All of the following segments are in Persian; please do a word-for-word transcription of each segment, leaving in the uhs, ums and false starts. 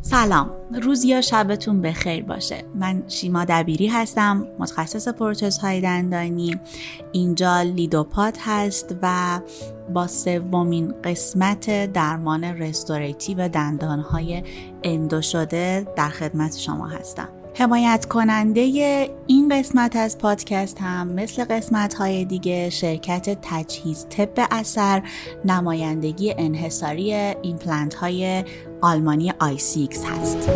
سلام، روز یا شبتون بخیر باشه. من شیما دبیری هستم، متخصص پروتزهای دندانی. اینجا لیدوپاد هست و با سومین قسمت درمان رستوریتیو دندانهای اندو شده در خدمت شما هستم. حمایت کننده این قسمت از پادکست هم مثل قسمت‌های دیگه شرکت تجهیز طب اثر، نمایندگی انحصاری ایمپلنت‌های آلمانی آی سیکس هست.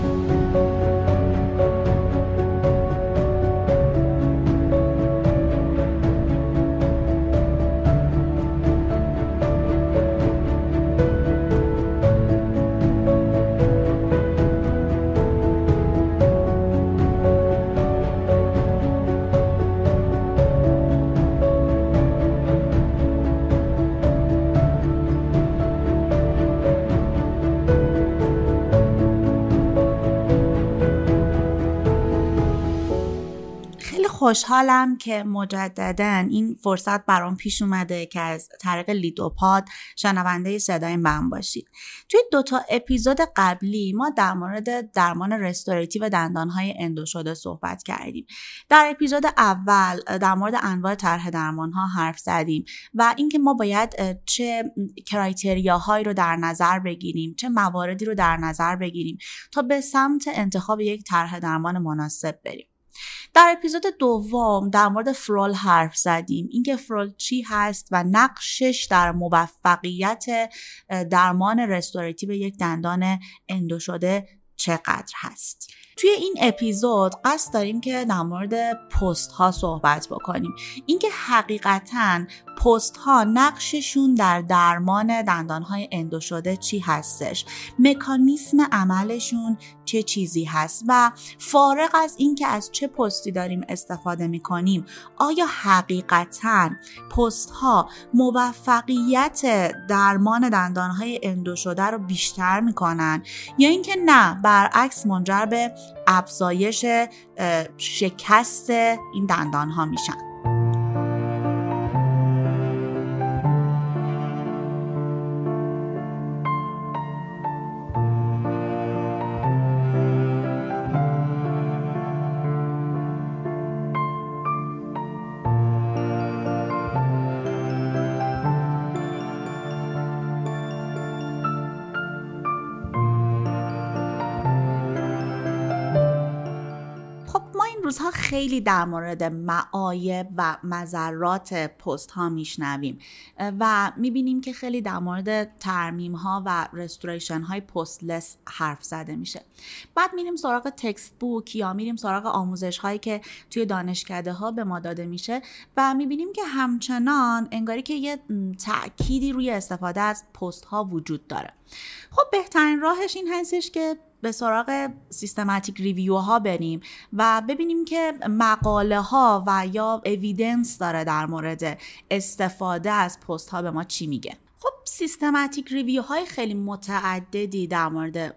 خوشحالم که مجدداً این فرصت برام پیش اومده که از طریق لیدوپاد شنونده صدای من باشید. توی دوتا اپیزود قبلی ما در مورد درمان رستوریتیو دندانهای اندو شده صحبت کردیم. در اپیزود اول در مورد انواع طرح درمانها حرف زدیم و اینکه ما باید چه کرایتریاهایی رو در نظر بگیریم، چه مواردی رو در نظر بگیریم تا به سمت انتخاب یک طرح درمان مناسب بریم. در اپیزود دوم در مورد فرول حرف زدیم، اینکه فرول چی هست و نقشش در موفقیت درمان رستوریتیو یک دندان اندو شده چقدر هست. توی این اپیزود قصد داریم که در مورد پست ها صحبت بکنیم، اینکه حقیقتاً پست ها نقششون در درمان دندان های اندو شده چی هستش، مکانیسم عملشون چه چیزی هست و فارغ از اینکه از چه پستی داریم استفاده میکنیم، آیا حقیقتاً پست ها موفقیت درمان دندان های اندو شده رو بیشتر میکنن یا اینکه نه، برعکس منجر به افزایش شکست این دندان ها میشن. روزها خیلی در مورد معایب و مضرات پست ها میشنویم و میبینیم که خیلی در مورد ترمیم ها و رستوریشن های پست لس حرف زده میشه. بعد میریم سراغ تکست بوک یا میریم سراغ آموزش هایی که توی دانشکده ها به ما داده میشه و میبینیم که همچنان انگاری که یه تأکیدی روی استفاده از پست ها وجود داره. خب بهترین راهش این هستش که به سراغ سیستماتیک ریویو ها بریم و ببینیم که مقاله ها و یا اویدنس داره در مورد استفاده از پست ها به ما چی میگه. خب سیستماتیک ریویو های خیلی متعددی در مورد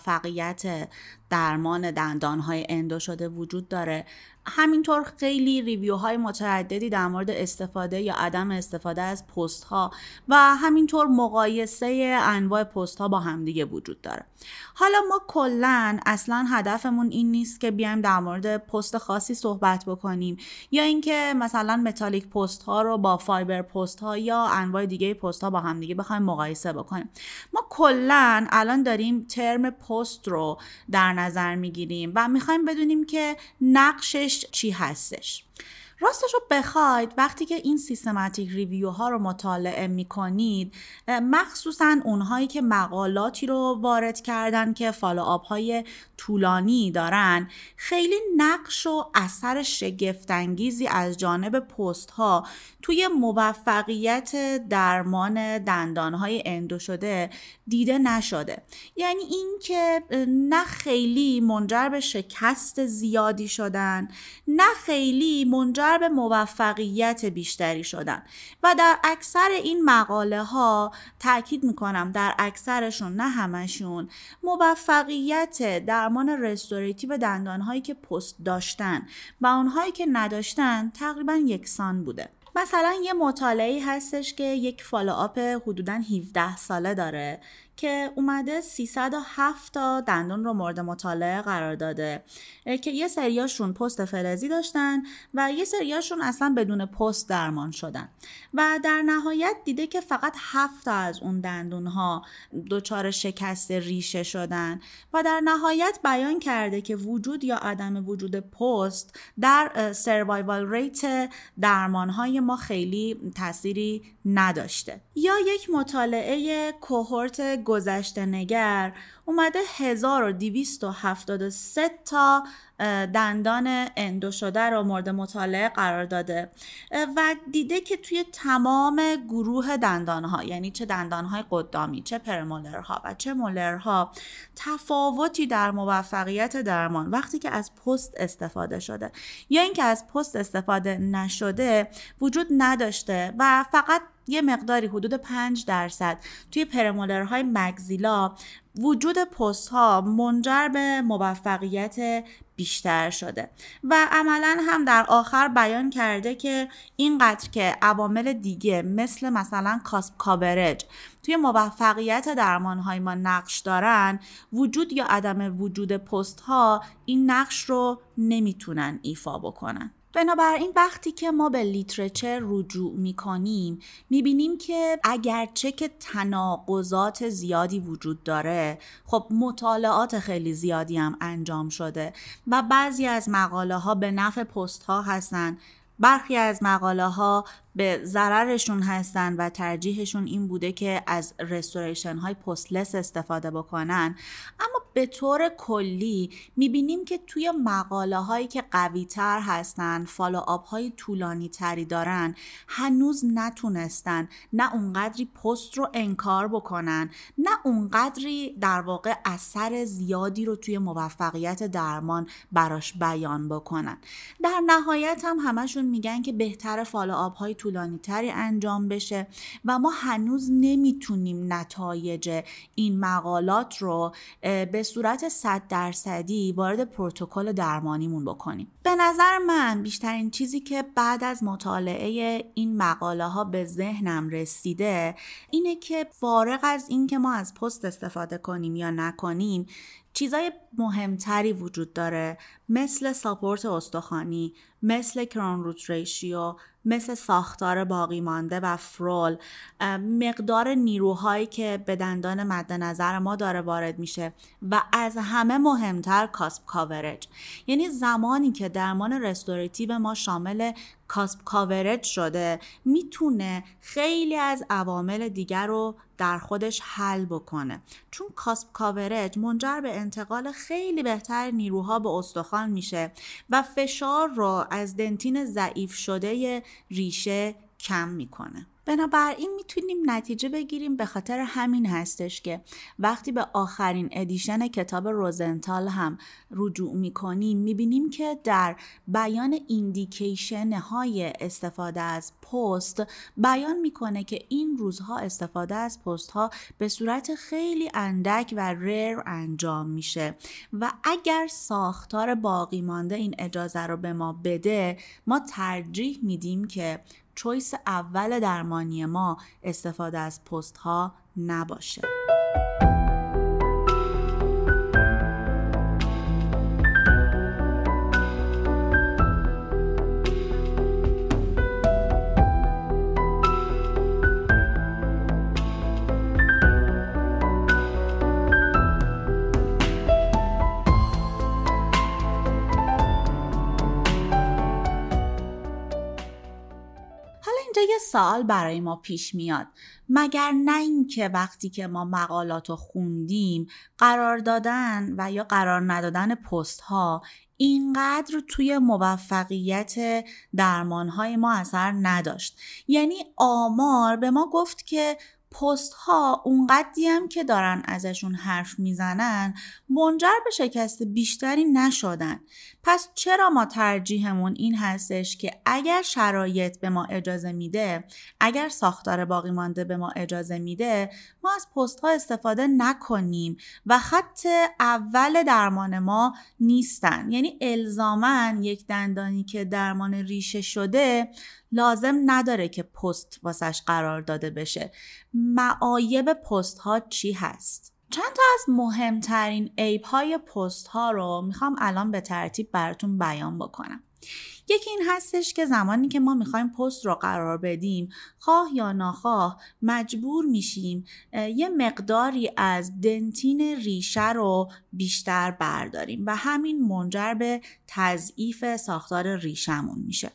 موفقیت درمان دندان های اندو شده وجود داره. همینطور خیلی ریویو های متعددی در مورد استفاده یا عدم استفاده از پست ها و همینطور مقایسه انواع پست ها با همدیگه وجود داره. حالا ما کلن اصلا هدفمون این نیست که بیایم در مورد پست خاصی صحبت بکنیم یا اینکه مثلا متالیک پست ها رو با فایبر پست ها یا انواع دیگه پست ها با همدیگه بخوایم مقایسه بکنیم. ما کلن الان داریم ترم پست رو در نظر میگیریم و میخوایم بدونیم که نقشش چی هستش. راستش رو بخواید وقتی که این سیستماتیک ریویو ها رو مطالعه میکنید، مخصوصا اونهایی که مقالاتی رو وارد کردن که فالوآپ های طولانی دارن، خیلی نقش و اثر شگفت‌انگیزی از جانب پست ها توی موفقیت درمان دندان های اندو شده دیده نشده. یعنی این که نه خیلی منجر به شکست زیادی شدن، نه خیلی منجر به موفقیت بیشتری شدن و در اکثر این مقاله ها تاکید میکنم در اکثرشون نه همشون موفقیت درمان رستوریتیو دندان هایی که پست داشتن و اونهایی که نداشتن تقریبا یکسان بوده. مثلا یه مطالعه‌ای هستش که یک فالوآپ حدوداً هفده ساله داره که اومده سیصد و هفت تا دندون رو مورد مطالعه قرار داده که یه سریاشون پست فلزی داشتن و یه سریاشون اصلا بدون پست درمان شدن و در نهایت دیده که فقط هفت تا از اون دندون ها دچار شکست ریشه شدن و در نهایت بیان کرده که وجود یا عدم وجود پست در سروایوال ریت درمان های ما خیلی تأثیری نداشته. یا یک مطالعه کوهورت گذشته نگر اومده هزار و دویست و هفتاد و سه تا دندان اندو شده رو مورد مطالعه قرار داده و دیده که توی تمام گروه دندانها، یعنی چه دندانهای قدامی، چه پرمولرها و چه مولرها، تفاوتی در موفقیت درمان وقتی که از پست استفاده شده یا اینکه از پست استفاده نشده وجود نداشته و فقط یه مقداری حدود پنج درصد توی پرمولرهای مگزیلا وجود پست ها منجر به موفقیت بیشتر شده و عملاً هم در آخر بیان کرده که اینقدر که عوامل دیگه مثل مثلا کاسپ کاورج توی موفقیت درمان‌های ما نقش دارن، وجود یا عدم وجود پست ها این نقش رو نمیتونن ایفا بکنن. بنابراین وقتی که ما به لیترچر رجوع میکنیم میبینیم که اگرچه که تناقضات زیادی وجود داره، خب مطالعات خیلی زیادی هم انجام شده و بعضی از مقاله ها به نفع پست ها هستن، برخی از مقاله ها به ضررشون هستن و ترجیحشون این بوده که از رستوریشن های پستلس استفاده بکنن. اما به طور کلی میبینیم که توی مقاله هایی که قوی تر هستن، فالو آپ های طولانی تری دارن، هنوز نتونستن نه اونقدری پست رو انکار بکنن نه اونقدری در واقع اثر زیادی رو توی موفقیت درمان براش بیان بکنن. در نهایت هم همشون میگن که بهتر فالو آپ های طولانی تری انجام بشه و ما هنوز نمیتونیم نتایج این مقالات رو به صورت صد درصدی وارد پروتکل درمانیمون بکنیم. به نظر من بیشترین چیزی که بعد از مطالعه این مقاله ها به ذهنم رسیده اینه که فارغ از این که ما از پست استفاده کنیم یا نکنیم، چیزای مهمتری وجود داره مثل ساپورت استخوانی، مثل کرون روت ریشیو، مثل ساختار باقی مانده و فرول، مقدار نیروهایی که به دندان مد نظر ما داره وارد میشه و از همه مهمتر کاسپ کاورج. یعنی زمانی که درمان رستوریتیو ما شامل کاسپ کاورج شده میتونه خیلی از عوامل دیگر رو در خودش حل بکنه، چون کاسپ کاورج منجر به انتقال خیلی بهتر نیروها به استخوان میشه و فشار رو از دنتین ضعیف شده ریشه کم میکنه. بنابراین میتونیم نتیجه بگیریم به خاطر همین هستش که وقتی به آخرین ادیشن کتاب روزنتال هم رجوع میکنیم میبینیم که در بیان ایندیکیشن های استفاده از پست بیان میکنه که این روزها استفاده از پست ها به صورت خیلی اندک و ریر انجام میشه و اگر ساختار باقی مانده این اجازه رو به ما بده ما ترجیح میدیم که چویس اول درمانی ما استفاده از پست ها نباشه. یه سوال برای ما پیش میاد، مگر نه این که وقتی که ما مقالات رو خوندیم قرار دادن و یا قرار ندادن پست ها اینقدر توی موفقیت درمانهای ما اثر نداشت؟ یعنی آمار به ما گفت که پست ها اونقدری هم که دارن ازشون حرف میزنن منجر به شکست بیشتری نشدن. پس چرا ما ترجیحمون این هستش که اگر شرایط به ما اجازه میده، اگر ساختار باقی مانده به ما اجازه میده، ما از پست ها استفاده نکنیم و خط اول درمان ما نیستن؟ یعنی الزاماً یک دندانی که درمان ریشه شده لازم نداره که پست واسش قرار داده بشه. معایب پست ها چی هست؟ چند تا از مهمترین عیب های پست ها رو میخوام الان به ترتیب براتون بیان بکنم. یکی این هستش که زمانی که ما میخوایم پست رو قرار بدیم، خواه یا ناخواه مجبور میشیم یه مقداری از دنتین ریشه رو بیشتر برداریم و همین منجر به تضعیف ساختار ریشمون میشه.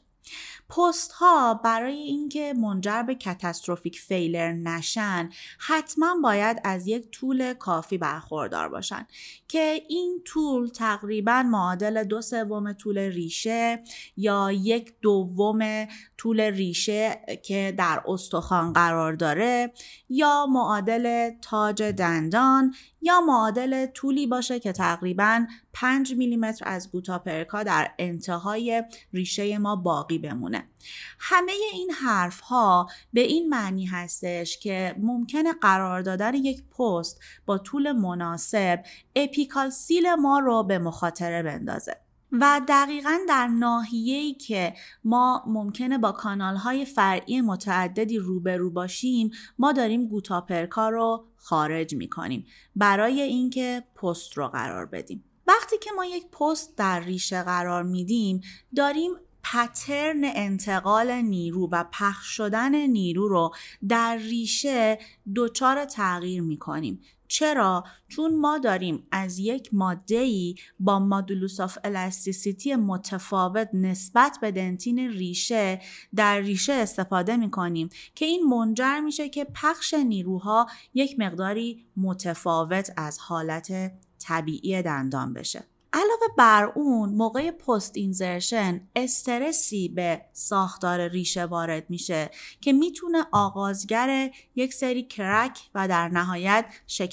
پست ها برای اینکه منجر به کاتاستروفیک فیلر نشن حتما باید از یک طول کافی برخوردار باشن که این طول تقریبا معادل دو سوم طول ریشه یا یک دوم طول ریشه که در استخوان قرار داره یا معادل تاج دندان یا معادل طولی باشه که تقریباً پنج میلیمتر از گوتاپرکا در انتهای ریشه ما باقی بمونه. همه این حرف ها به این معنی هستش که ممکنه قرار دادن یک پست با طول مناسب اپیکال سیل ما رو به مخاطره بندازه. و دقیقاً در ناحیه‌ای که ما ممکنه با کانال‌های فرعی متعددی روبرو باشیم، ما داریم گوتاپرکا رو خارج می‌کنیم برای اینکه پست رو قرار بدیم. وقتی که ما یک پست در ریشه قرار میدیم، داریم پترن انتقال نیرو و پخش شدن نیرو رو در ریشه دچار تغییر می‌کنیم. چرا؟ چون ما داریم از یک ماده‌ای با مادولوس آف الاستیسیتی متفاوت نسبت به دنتین ریشه در ریشه استفاده می‌کنیم که این منجر میشه که پخش نیروها یک مقداری متفاوت از حالت طبیعی دندان بشه. علاوه بر اون موقع پست اینزرشن استرسی به ساختار ریشه وارد میشه که میتونه آغازگر یک سری کرک و در نهایت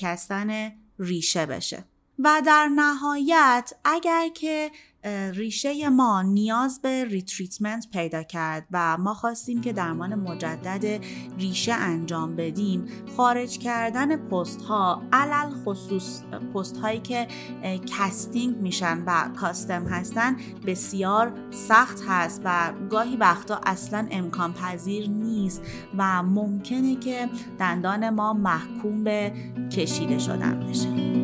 شکستن ریشه بشه. و در نهایت اگر که ریشه ما نیاز به ریتریتمنت پیدا کرد و ما خواستیم که درمان مجدد ریشه انجام بدیم، خارج کردن پست ها علل خصوص پست هایی که کاستینگ میشن و کاستم هستن بسیار سخت هست و گاهی وقتا اصلا امکان پذیر نیست و ممکنه که دندان ما محکوم به کشیده شدن بشه.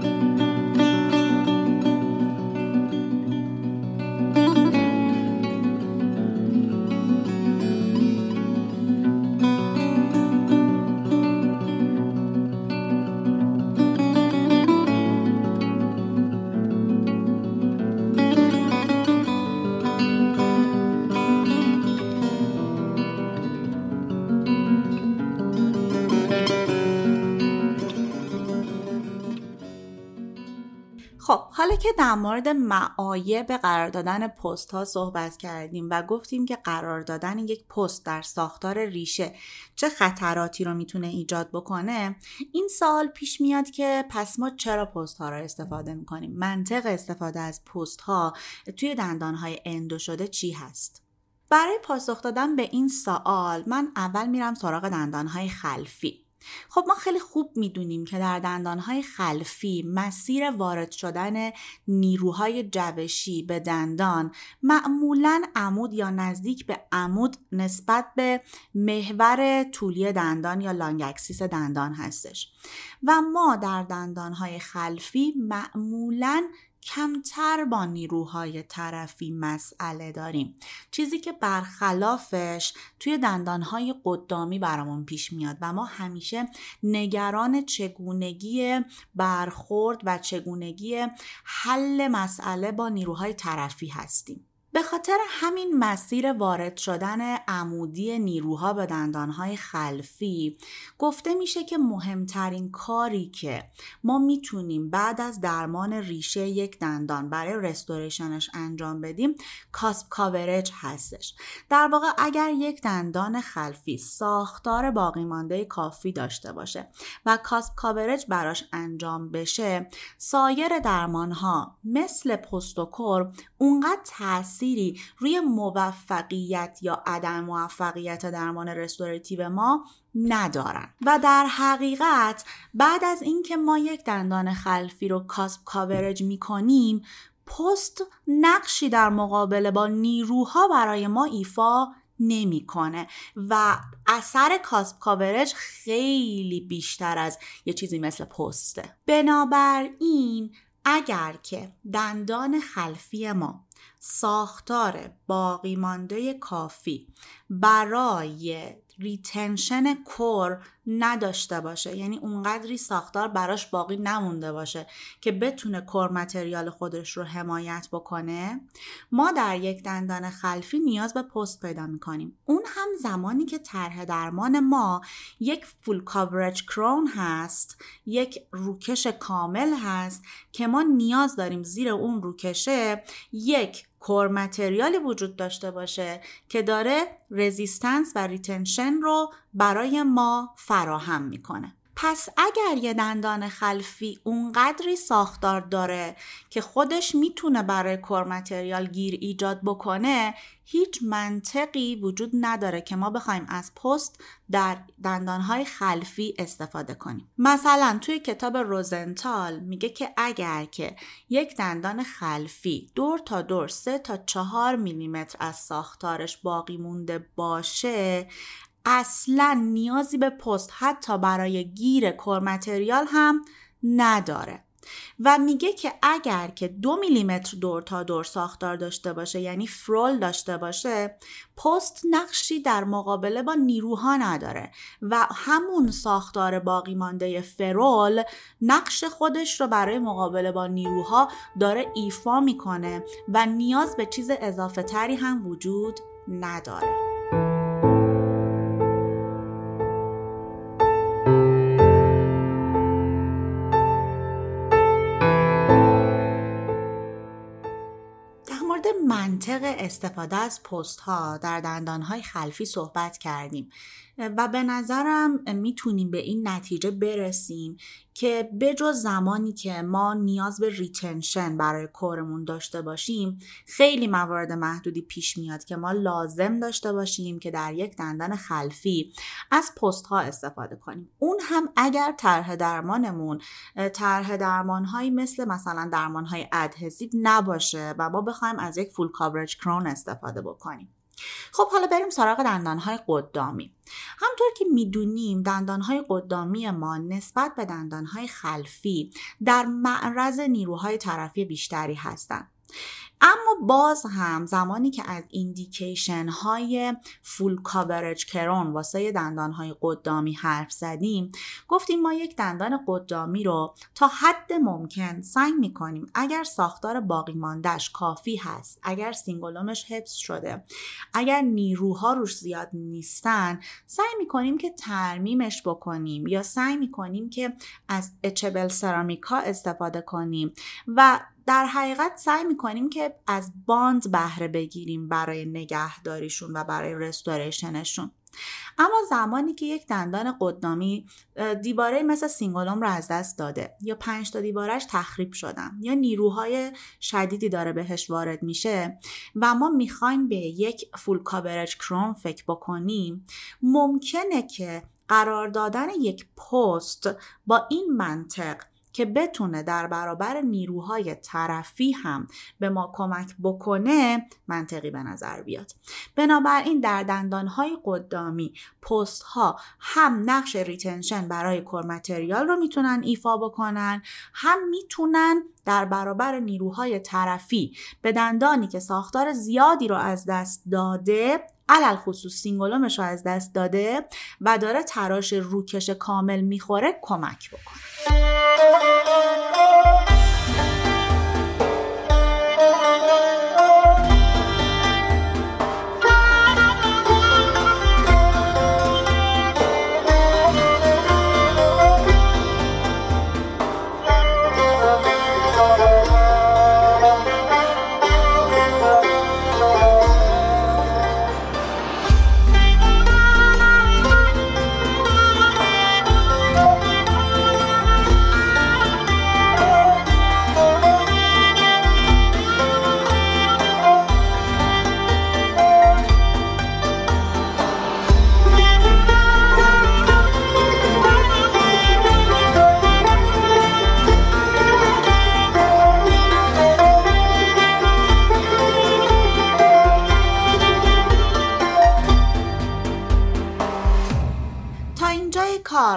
خب حالا که در مورد معایب قرار دادن پست ها صحبت کردیم و گفتیم که قرار دادن یک پست در ساختار ریشه چه خطراتی رو میتونه ایجاد بکنه، این سوال پیش میاد که پس ما چرا پست ها رو استفاده میکنیم؟ منطق استفاده از پست ها توی دندان های اندو شده چی هست؟ برای پاسخ دادن به این سوال من اول میرم سراغ دندان های خلفی. خب ما خیلی خوب میدونیم که در دندانهای خلفی مسیر وارد شدن نیروهای جوشی به دندان معمولاً عمود یا نزدیک به عمود نسبت به محور طولی دندان یا لانگ اکسیس دندان هستش و ما در دندانهای خلفی معمولاً کمتر با نیروهای طرفی مسئله داریم، چیزی که برخلافش توی دندانهای قدامی برامون پیش میاد و ما همیشه نگران چگونگی برخورد و چگونگی حل مسئله با نیروهای طرفی هستیم. به خاطر همین مسیر وارد شدن عمودی نیروها به دندانهای خلفی گفته میشه که مهمترین کاری که ما میتونیم بعد از درمان ریشه یک دندان برای رستوریشنش انجام بدیم کاسپ کاورج هستش. در واقع اگر یک دندان خلفی ساختار باقی مانده کافی داشته باشه و کاسپ کاورج براش انجام بشه، سایر درمانها مثل پستوکور اونقدر تاثیر روی موفقیت یا عدم موفقیت درمان رستوراتیو ما ندارن و در حقیقت بعد از اینکه ما یک دندان خلفی رو کاسپ کاورج میکنیم، پست نقشی در مقابله با نیروها برای ما ایفا نمیکنه و اثر کاسپ کاورج خیلی بیشتر از یه چیزی مثل پسته. بنابراین اگر که دندان خلفی ما ساختار باقی مانده کافی برای ریتنشن کور نداشته باشه، یعنی اونقدری ساختار براش باقی نمونده باشه که بتونه کور متریال خودش رو حمایت بکنه، ما در یک دندان خلفی نیاز به پست پیدا میکنیم. اون هم زمانی که طرح درمان ما یک فول کاورج کرون هست، یک روکش کامل هست که ما نیاز داریم زیر اون روکشه یک کور متریالی وجود داشته باشه که داره رزیستنس و ریتنشن رو برای ما فراهم میکنه. پس اگر یه دندان خلفی اونقدری ساختار داره که خودش میتونه برای کور متریال گیر ایجاد بکنه، هیچ منطقی وجود نداره که ما بخوایم از پست در دندانهای خلفی استفاده کنیم. مثلا توی کتاب روزنتال میگه که اگر که یک دندان خلفی دور تا دور سه تا چهار میلیمتر از ساختارش باقی مونده باشه، اصلا نیازی به پست حتی برای گیر کور متریال هم نداره. و میگه که اگر که دو میلیمتر دور تا دور ساختار داشته باشه، یعنی فرول داشته باشه، پست نقشی در مقابله با نیروها نداره و همون ساختار باقی مانده فرول نقش خودش رو برای مقابله با نیروها داره ایفا میکنه و نیاز به چیز اضافه تری هم وجود نداره. منطق استفاده از پست ها در دندان های خلفی صحبت کردیم و به نظرم میتونیم به این نتیجه برسیم که بجز زمانی که ما نیاز به ریتنشن برای کورمون داشته باشیم، خیلی موارد محدودی پیش میاد که ما لازم داشته باشیم که در یک دندان خلفی از پست ها استفاده کنیم. اون هم اگر طرح درمانمون طرح درمان هایی مثل مثلا درمان های ادهزیو نباشه و ما بخوایم از یک فول کاورج کرون استفاده بکنیم. خب حالا بریم سراغ دندانهای قدامی. همطور که میدونیم دندانهای قدامی ما نسبت به دندانهای خلفی در معرض نیروهای طرفی بیشتری هستند. اما باز هم زمانی که از ایندیکیشن های فول کاورج کرون واسه دندان های قدامی حرف زدیم، گفتیم ما یک دندان قدامی رو تا حد ممکن سعی میکنیم اگر ساختار باقی ماندهش کافی هست، اگر سینگولومش حفظ شده، اگر نیروها روش زیاد نیستن، سعی میکنیم که ترمیمش بکنیم یا سعی میکنیم که از اچبل سرامیکا استفاده کنیم و در حقیقت سعی میکنیم که از باند بهره بگیریم برای نگهداریشون و برای رستوریشنشون. اما زمانی که یک دندان قدامی دیواره مثل سینگولوم رو از دست داده یا پنج تا دیوارش تخریب شدن یا نیروهای شدیدی داره بهش وارد میشه و ما میخوایم به یک فول کاورج کرون فکر بکنیم، ممکنه که قرار دادن یک پست با این منطق که بتونه در برابر نیروهای طرفی هم به ما کمک بکنه منطقی به نظر بیاد. بنابراین در دندانهای قدامی پست ها هم نقش ریتنشن برای کور متریال رو میتونن ایفا بکنن، هم میتونن در برابر نیروهای طرفی به دندانی که ساختار زیادی رو از دست داده، علل خصوص سینگولومش رو از دست داده و داره تراش روکش کامل میخوره، کمک بکنه.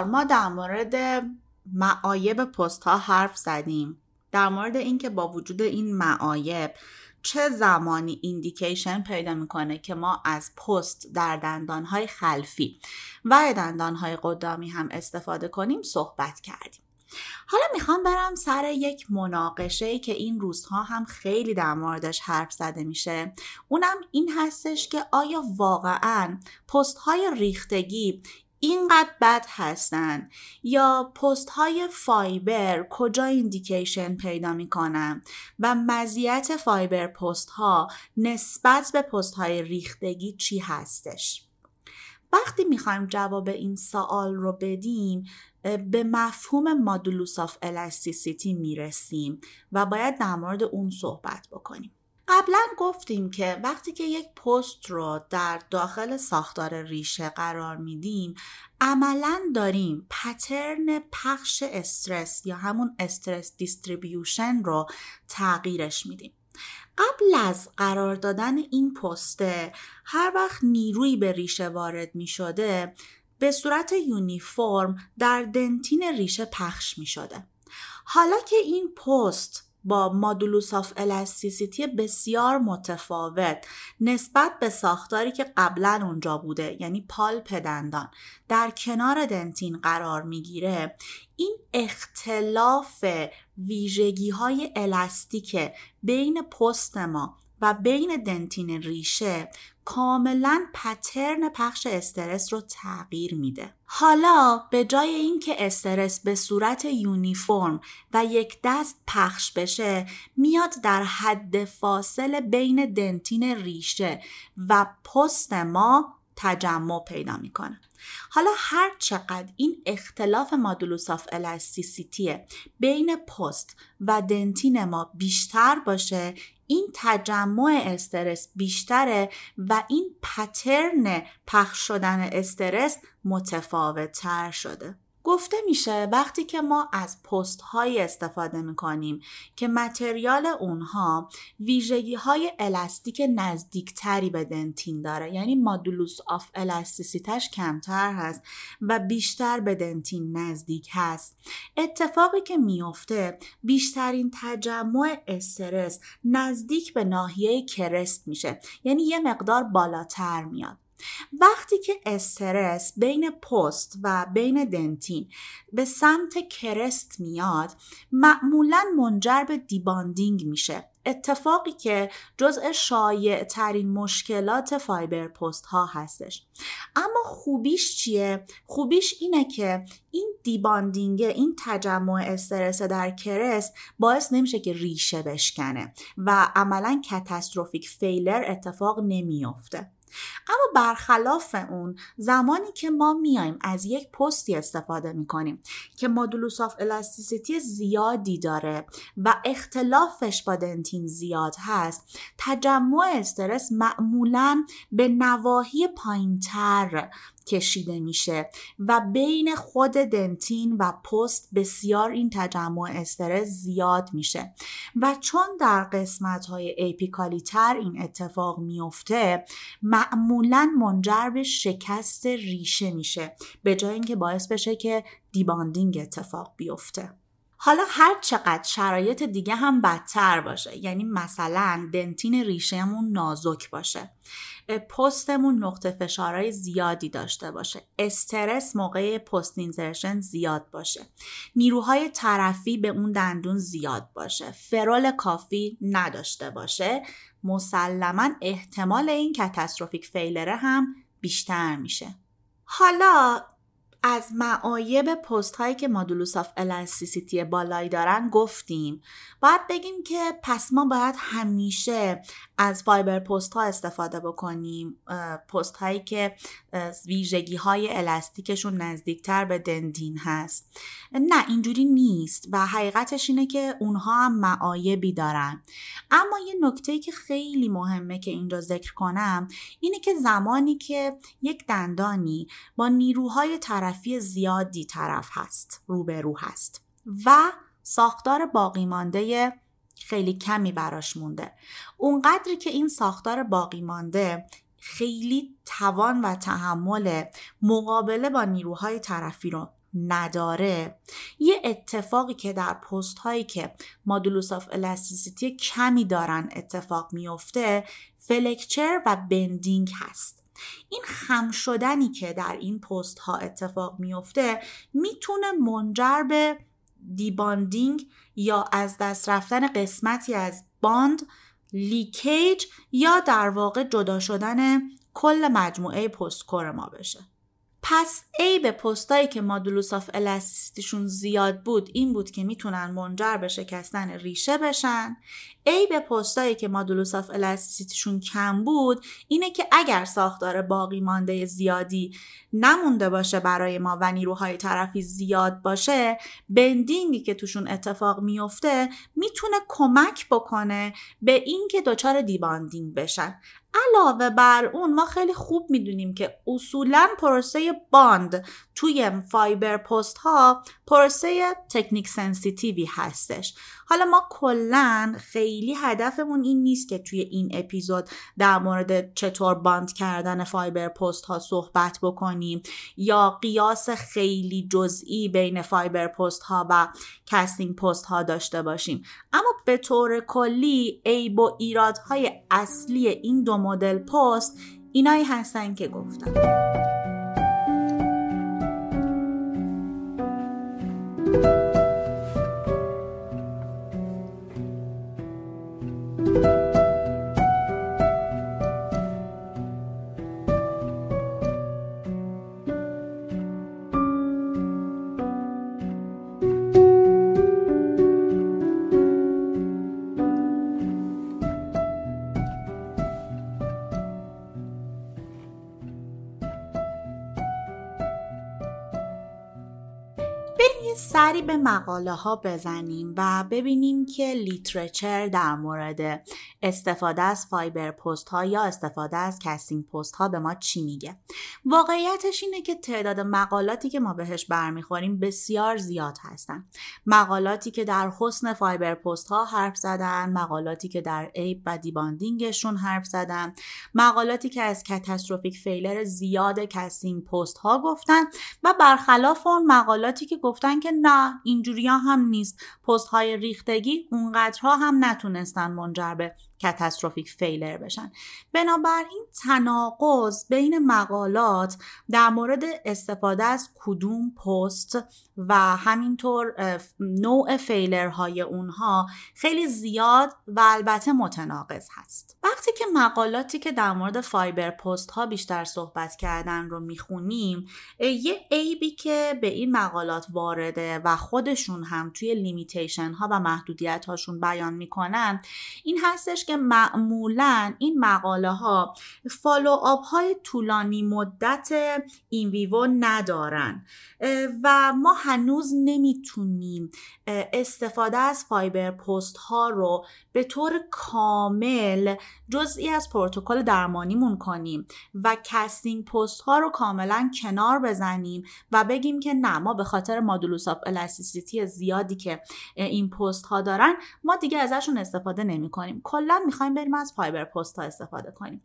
چهار ما در مورد معایب پست ها حرف زدیم، در مورد اینکه با وجود این معایب چه زمانی ایندیکیشن پیدا میکنه که ما از پست در دندانهای خلفی و دندانهای قدامی هم استفاده کنیم صحبت کردیم. حالا میخوام برم سر یک مناقشه‌ای که این روزها هم خیلی در موردش حرف زده میشه. اونم این هستش که آیا واقعاً پست های ریختگی اینقدر بد هستن یا پست های فایبر کجا ایندیکیشن پیدا میکنن و مزیت فایبر پست ها نسبت به پست های ریختگی چی هستش؟ وقتی میخوایم جواب این سوال رو بدیم به مفهوم مادولوس آف الاستیسیتی میرسیم و باید در مورد اون صحبت بکنیم. قبلا گفتیم که وقتی که یک پست رو در داخل ساختار ریشه قرار میدیم عملاً داریم پترن پخش استرس یا همون استرس دیستریبیوشن رو تغییرش میدیم. قبل از قرار دادن این پسته هر وقت نیروی به ریشه وارد می شده به صورت یونیفرم در دنتین ریشه پخش می شده. حالا که این پست با مادولوس آف الاستیسیتی بسیار متفاوت نسبت به ساختاری که قبلا اونجا بوده، یعنی پالپ دندان در کنار دنتین قرار میگیره، این اختلاف ویژگی های الاستیک بین پست ما و بین دنتین ریشه کاملا پترن پخش استرس رو تغییر میده. حالا به جای اینکه استرس به صورت یونیفرم و یک دست پخش بشه میاد در حد فاصل بین دنتین ریشه و پست ما تجمع پیدا میکنه. حالا هر چقدر این اختلاف مادولوس آف الاستیسیتی بین پست و دنتین ما بیشتر باشه این تجمع استرس بیشتره و این پترن پخش شدن استرس متفاوت تر شده. گفته میشه وقتی که ما از پست های استفاده میکنیم که متریال اونها ویژگی های الاستیک نزدیکتری به دنتین داره، یعنی مادولوس آف الاستیسیتش کمتر هست و بیشتر به دنتین نزدیک هست، اتفاقی که میفته بیشترین تجمع استرس نزدیک به ناحیه کرست میشه، یعنی یه مقدار بالاتر میاد. وقتی که استرس بین پست و بین دنتین به سمت کرست میاد معمولاً منجر به دیباندینگ میشه، اتفاقی که جزء شایع ترین مشکلات فایبر پست ها هستش. اما خوبیش چیه؟ خوبیش اینه که این دیباندینگ، این تجمع استرس در کرست باعث نمیشه که ریشه بشکنه و عملاً کاتاستروفیک فیلر اتفاق نمیفته. اما برخلاف اون زمانی که ما میایم از یک پستی استفاده میکنیم که مادولوس آف الاستیسیتی زیادی داره و اختلافش با دنتین زیاد هست، تجمع استرس معمولاً به نواحی پایینتر کشیده میشه و بین خود دنتین و پست بسیار این تجمع استرس زیاد میشه و چون در قسمت‌های اپیکالی تر این اتفاق میفته معمولاً منجر به شکست ریشه میشه به جای اینکه باعث بشه که دیباندینگ اتفاق بیفته. حالا هر چقدر شرایط دیگه هم بدتر باشه، یعنی مثلا دنتین ریشه‌مون نازک باشه، پستمون نقطه فشارهای زیادی داشته باشه، استرس موقع پست اینسرشن زیاد باشه، نیروهای طرفی به اون دندون زیاد باشه، فرول کافی نداشته باشه، مسلماً احتمال این کاتاستروفیک فیلره هم بیشتر میشه. حالا از معایب پست هایی که مادولوس آف الاستیسیتی بالایی دارن گفتیم، باید بگیم که پس ما باید همیشه از فایبر پست ها استفاده بکنیم، پست هایی که ویژگی های الاستیکشون نزدیکتر به دنتین هست. نه، اینجوری نیست و حقیقتش اینه که اونها هم معایبی دارن. اما یه نکته‌ای که خیلی مهمه که اینجا ذکر کنم اینه که زمانی که یک دندانی با نیروهای طرفی زیادی طرف هست، روبرو هست و ساختار باقی مانده خیلی کمی براش مونده، اونقدری که این ساختار باقی مانده خیلی توان و تحمل مقابله با نیروهای طرفی رو نداره، یه اتفاقی که در پست هایی که مادولوس آف الاستیسیتی کمی دارن اتفاق میفته فلکچر و بندینگ هست. این خم شدنی که در این پست ها اتفاق میفته میتونه منجر به دیباندینگ یا از دست رفتن قسمتی از باند، لیکیج یا در واقع جدا شدن کل مجموعه پست کور ما بشه. پس عیب پستایی که مادولوس آف الاستیسیتیشون زیاد بود این بود که میتونن منجر به شکستن ریشه بشن. عیب پستایی که مادولوس آف الاستیسیتیشون کم بود اینه که اگر ساختار باقی مانده زیادی نمونده باشه برای ما و نیروهای طرفی زیاد باشه، بندینگی که توشون اتفاق میفته میتونه کمک بکنه به این که دچار دیباندینگ بشن. علاوه بر اون ما خیلی خوب میدونیم که اصولاً پروسه باند توی فایبر پست ها پروسه تکنیک سنسیتیوی هستش. حالا ما کلاً خیلی هدفمون این نیست که توی این اپیزود در مورد چطور باند کردن فایبر پست ها صحبت بکنیم یا قیاس خیلی جزئی بین فایبر پست ها و کاستینگ پست ها داشته باشیم، اما به طور کلی عیب و ایرادهای اصلی این دو مدل پست اینایی هستن که گفتم. سری به مقاله ها بزنیم و ببینیم که لیترچر در مورد استفاده از فایبر پست ها یا استفاده از کاستینگ پست ها به ما چی میگه. واقعیتش اینه که تعداد مقالاتی که ما بهش برمیخوریم بسیار زیاد هستن. مقالاتی که در حسن فایبر پست ها حرف زدن، مقالاتی که در عیب و دیباندینگشون حرف زدن، مقالاتی که از کاتاستروفیک فیلر زیاد کاستینگ پست ها گفتن و برخلاف اون مقالاتی که گفتن که نه اینجوری هم نیست، پست های ریختگی اونقدرها هم نتونستن منجر به کاتاستروفیک فیلر بشن. بنابراین تناقض بین مقالات در مورد استفاده از کدوم پست و همینطور نوع فیلرهای اونها خیلی زیاد و البته متناقض هست. وقتی که مقالاتی که در مورد فایبر پست ها بیشتر صحبت کردن رو میخونیم، یه عیبی که به این مقالات وارده و خودشون هم توی لیمیتیشن ها و محدودیت هاشون بیان میکنن این هستش که معمولاً این مقاله ها فالو آپ های طولانی مدت این ویوو ندارن و ما هنوز نمیتونیم استفاده از فایبر پست ها رو به طور کامل جزئی از پروتکل درمانیمون کنیم و کاستینگ پست ها رو کاملا کنار بزنیم و بگیم که نه، ما به خاطر مادولوس آف الاستیسیتی زیادی که این پست ها دارن ما دیگه ازشون استفاده نمی کنیم، کلا میخوایم بریم از فایبر پست ها استفاده کنیم.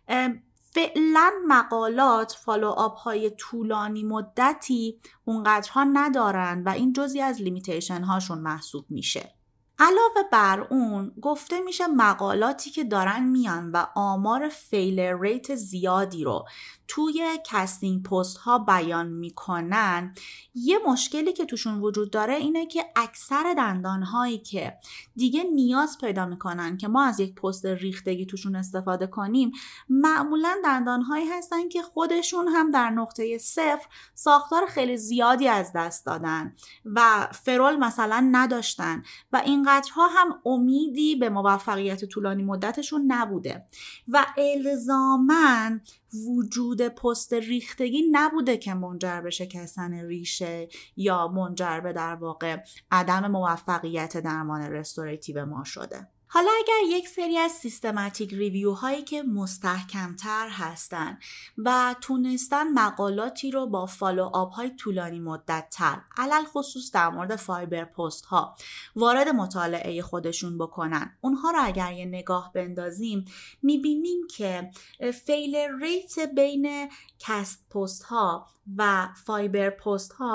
فعلا مقالات فالو آپ های طولانی مدتی اونقدرها ندارن و این جزئی از لیمیتیشن هاشون محسوب میشه. علاوه بر اون گفته میشه مقالاتی که دارن میان و آمار فیلر ریت زیادی رو توی کاستینگ پست ها بیان میکنن، یه مشکلی که توشون وجود داره اینه که اکثر دندان هایی که دیگه نیاز پیدا میکنن که ما از یک پست ریختگی توشون استفاده کنیم معمولا دندان هایی هستن که خودشون هم در نقطه صفر ساختار خیلی زیادی از دست دادن و فرول مثلا نداشتن و اینقدرها هم امیدی به موفقیت طولانی مدتشون نبوده و الزاماً وجود پست ریختگی نبوده که منجر به شکستن ریشه یا منجر به در واقع عدم موفقیت درمان رستوریتیو ما شده. حالا اگر یک سری از سیستماتیک ریویو هایی که مستحکمتر هستن و تونستن مقالاتی رو با فالو آپ های طولانی مدت تر علل خصوص در مورد فایبر پست ها وارد مطالعه خودشون بکنن، اونها رو اگر یه نگاه بندازیم میبینیم که فیلر ریت بین کاست پست ها و فایبر پست ها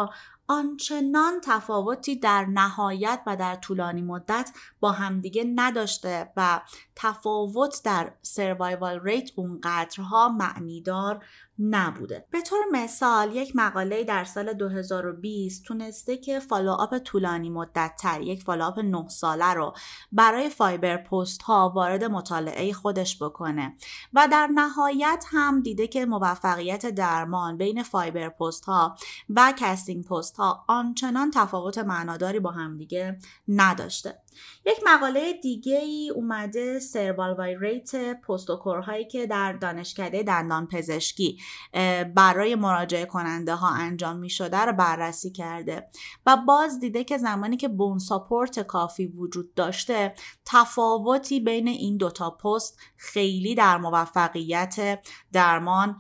آنچنان تفاوتی در نهایت و در طولانی مدت با همدیگه نداشته و تفاوت در سروایوال ریت اونقدرها معنیدار نبوده. به طور مثال یک مقاله در سال دو هزار و بیست تونسته که فالوآپ طولانی مدت تر، یک فالوآپ نه ساله رو برای فایبر پست ها وارد مطالعه خودش بکنه و در نهایت هم دیده که موفقیت درمان بین فایبر پست ها و کاستینگ پست ها آنچنان تفاوت معناداری با هم دیگه نداشته. یک مقاله دیگه ای اومده سروایوال ریت پستوکورهایی که در دانشکده دندان پزشکی برای مراجعه کننده ها انجام می شده رو بررسی کرده و باز دیده که زمانی که بون ساپورت کافی وجود داشته تفاوتی بین این دوتا پست خیلی در موفقیت درمان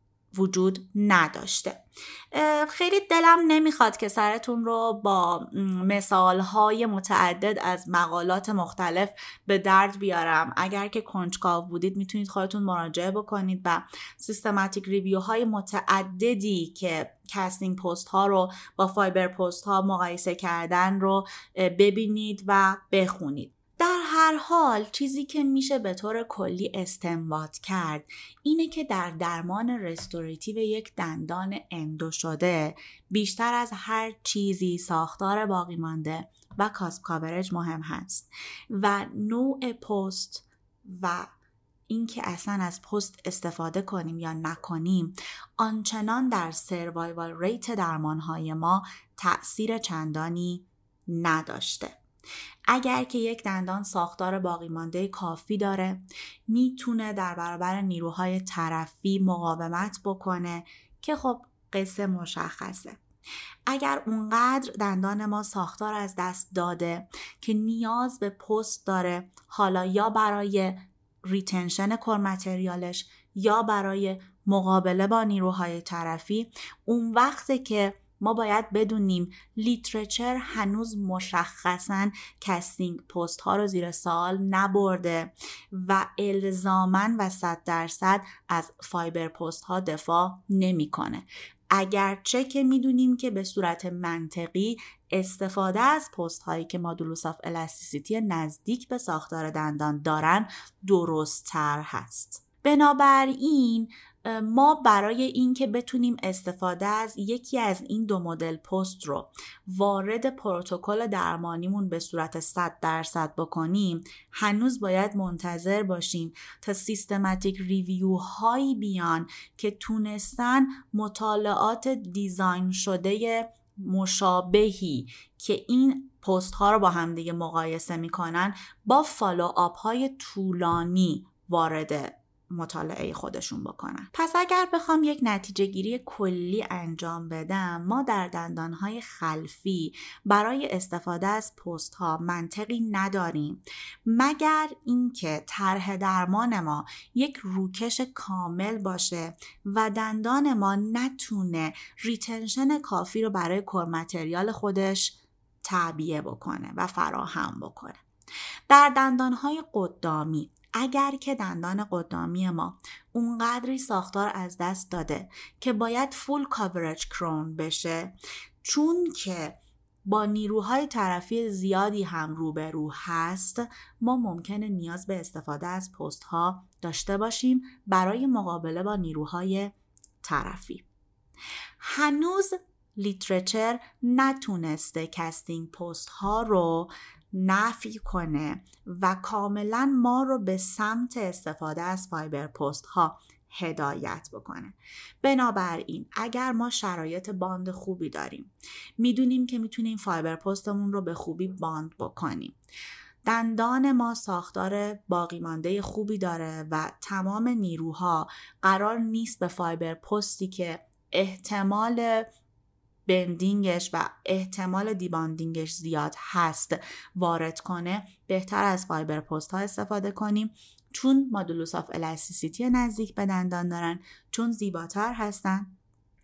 وجود نداشته. خیلی دلم نمیخواد که سرتون رو با مثالهای متعدد از مقالات مختلف به درد بیارم. اگر که کنجکاو بودید میتونید خودتون مراجعه بکنید و سیستماتیک ریویو های متعددی که کاستینگ پست ها رو با فایبر پست ها مقایسه کردن رو ببینید و بخونید. در هر حال چیزی که میشه به طور کلی استنباط کرد اینه که در درمان رستوریتیو یک دندان اندو شده بیشتر از هر چیزی ساختار باقی مانده و کاسپ کاورج مهم هست و نوع پست و اینکه اصلا از پست استفاده کنیم یا نکنیم آنچنان در سروایوال ریت درمانهای ما تأثیر چندانی نداشته. اگر که یک دندان ساختار باقی مانده کافی داره میتونه در برابر نیروهای طرفی مقاومت بکنه که خب قصه مشخصه. اگر اونقدر دندان ما ساختار از دست داده که نیاز به پست داره، حالا یا برای ریتنشن کور متریالش یا برای مقابله با نیروهای طرفی، اون وقته که ما باید بدونیم لیترچر هنوز مشخصاً کاستینگ پست ها رو زیر سوال نبرده و الزاماً و صد درصد از فایبر پست ها دفاع نمیکنه. اگرچه که میدونیم که به صورت منطقی استفاده از پست هایی که مادولوس آف الاستیسیتی نزدیک به ساختار دندان دارن درست تر هست. بنابراین ما برای اینکه بتونیم استفاده از یکی از این دو مدل پست رو وارد پروتکل درمانیمون به صورت صد درصد بکنیم هنوز باید منتظر باشیم تا سیستماتیک ریویو هایی بیان که تونستن مطالعات دیزاین شده مشابهی که این پست ها رو با هم دیگه مقایسه میکنن با فالو آپ های طولانی وارد مطالعه خودشون بکنن. پس اگر بخوام یک نتیجه گیری کلی انجام بدم، ما در دندانهای خلفی برای استفاده از پست ها منطقی نداریم مگر اینکه طرح درمان ما یک روکش کامل باشه و دندان ما نتونه ریتنشن کافی رو برای کور متریال خودش تعبیه بکنه و فراهم بکنه. در دندانهای قدامی اگر که دندان قدامی ما اونقدری ساختار از دست داده که باید فول کاورج کرون بشه، چون که با نیروهای طرفی زیادی هم روبرو هست، ما ممکنه نیاز به استفاده از پست ها داشته باشیم برای مقابله با نیروهای طرفی. هنوز لیترچر نتونسته کاستینگ پست ها رو نفی کنه و کاملا ما رو به سمت استفاده از فایبر پست ها هدایت بکنه. بنابراین اگر ما شرایط باند خوبی داریم، میدونیم که میتونیم فایبر پستمون رو به خوبی باند بکنیم، دندان ما ساختار باقی مانده خوبی داره و تمام نیروها قرار نیست به فایبر پستی که احتمال بندینگش و احتمال دیباندینگش زیاد هست وارد کنه، بهتر از فایبر پست ها استفاده کنیم، چون مادولوس آف الاستیسیتی نزدیک به دندان دارن، چون زیباتر هستن،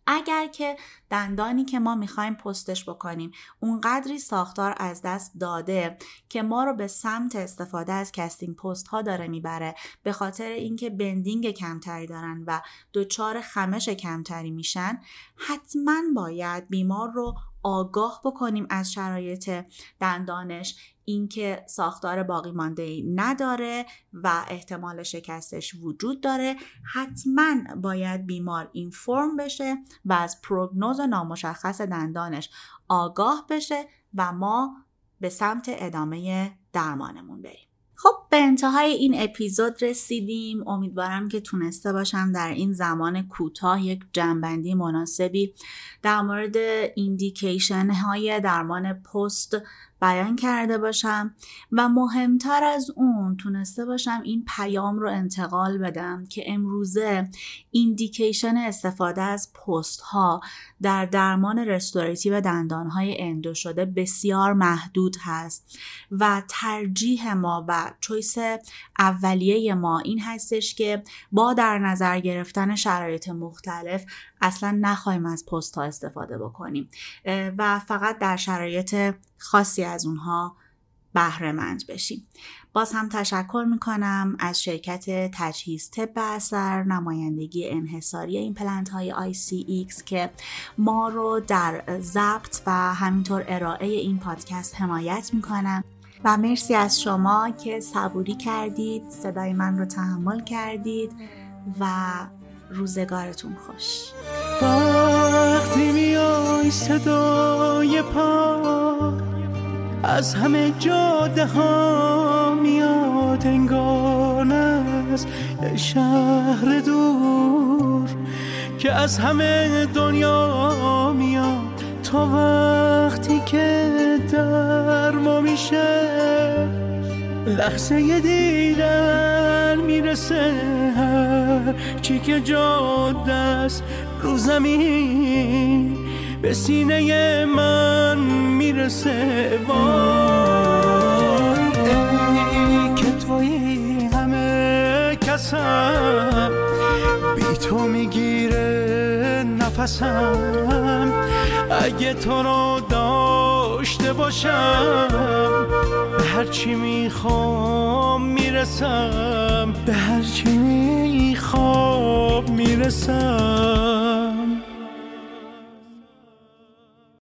اگر که دندانی که ما میخوایم پستش بکنیم اون قدری ساختار از دست داده که ما رو به سمت استفاده از کستینگ پست ها داره میبره، به خاطر اینکه بندینگ کمتری دارن و دچار خمش کمتری میشن، حتما باید بیمار رو آگاه بکنیم از شرایط دندانش، اینکه ساختار باقی مانده‌ای نداره و احتمال شکستش وجود داره. حتما باید بیمار اینفورم بشه و از پروگنوز نامشخص دندانش آگاه بشه و ما به سمت ادامه درمانمون بریم. خب به انتهای این اپیزود رسیدیم. امیدوارم که تونسته باشم در این زمان کوتاه یک جنبندی مناسبی در مورد ایندیکیشن های درمان پست بیان کرده باشم و مهمتر از اون تونسته باشم این پیام رو انتقال بدم که امروزه ایندیکیشن استفاده از پست ها در درمان رستوریتیو دندان های اندو شده بسیار محدود هست و ترجیح ما و چویس اولیه ما این هستش که با در نظر گرفتن شرایط مختلف اصلا نخواهیم از پست ها استفاده بکنیم و فقط در شرایط خاصی از اونها بهره مند بشیم. باز هم تشکر میکنم از شرکت تجهیز طب اثر، نمایندگی انحصاری ایمپلنت های آی سی ایکس که ما رو در ضبط و همینطور ارائه این پادکست حمایت میکنم و مرسی از شما که صبوری کردید، صدای من رو تحمل کردید و روزگارتون خوش. وقتی میای صدای پا از همه جاده ها میاد، انگار از شهر دور که از همه دنیا میاد. تا وقتی که در ما میشه لحظه ی دیدن میرسه، هر چی که جاده است رو زمین به سینه من میرسه. وای ای که توی همه کسم، بی تو میگیره نفسم. اگه تو رو داشته باشم به هر چی میخوام میرسم، به هر چی میخوام میرسم.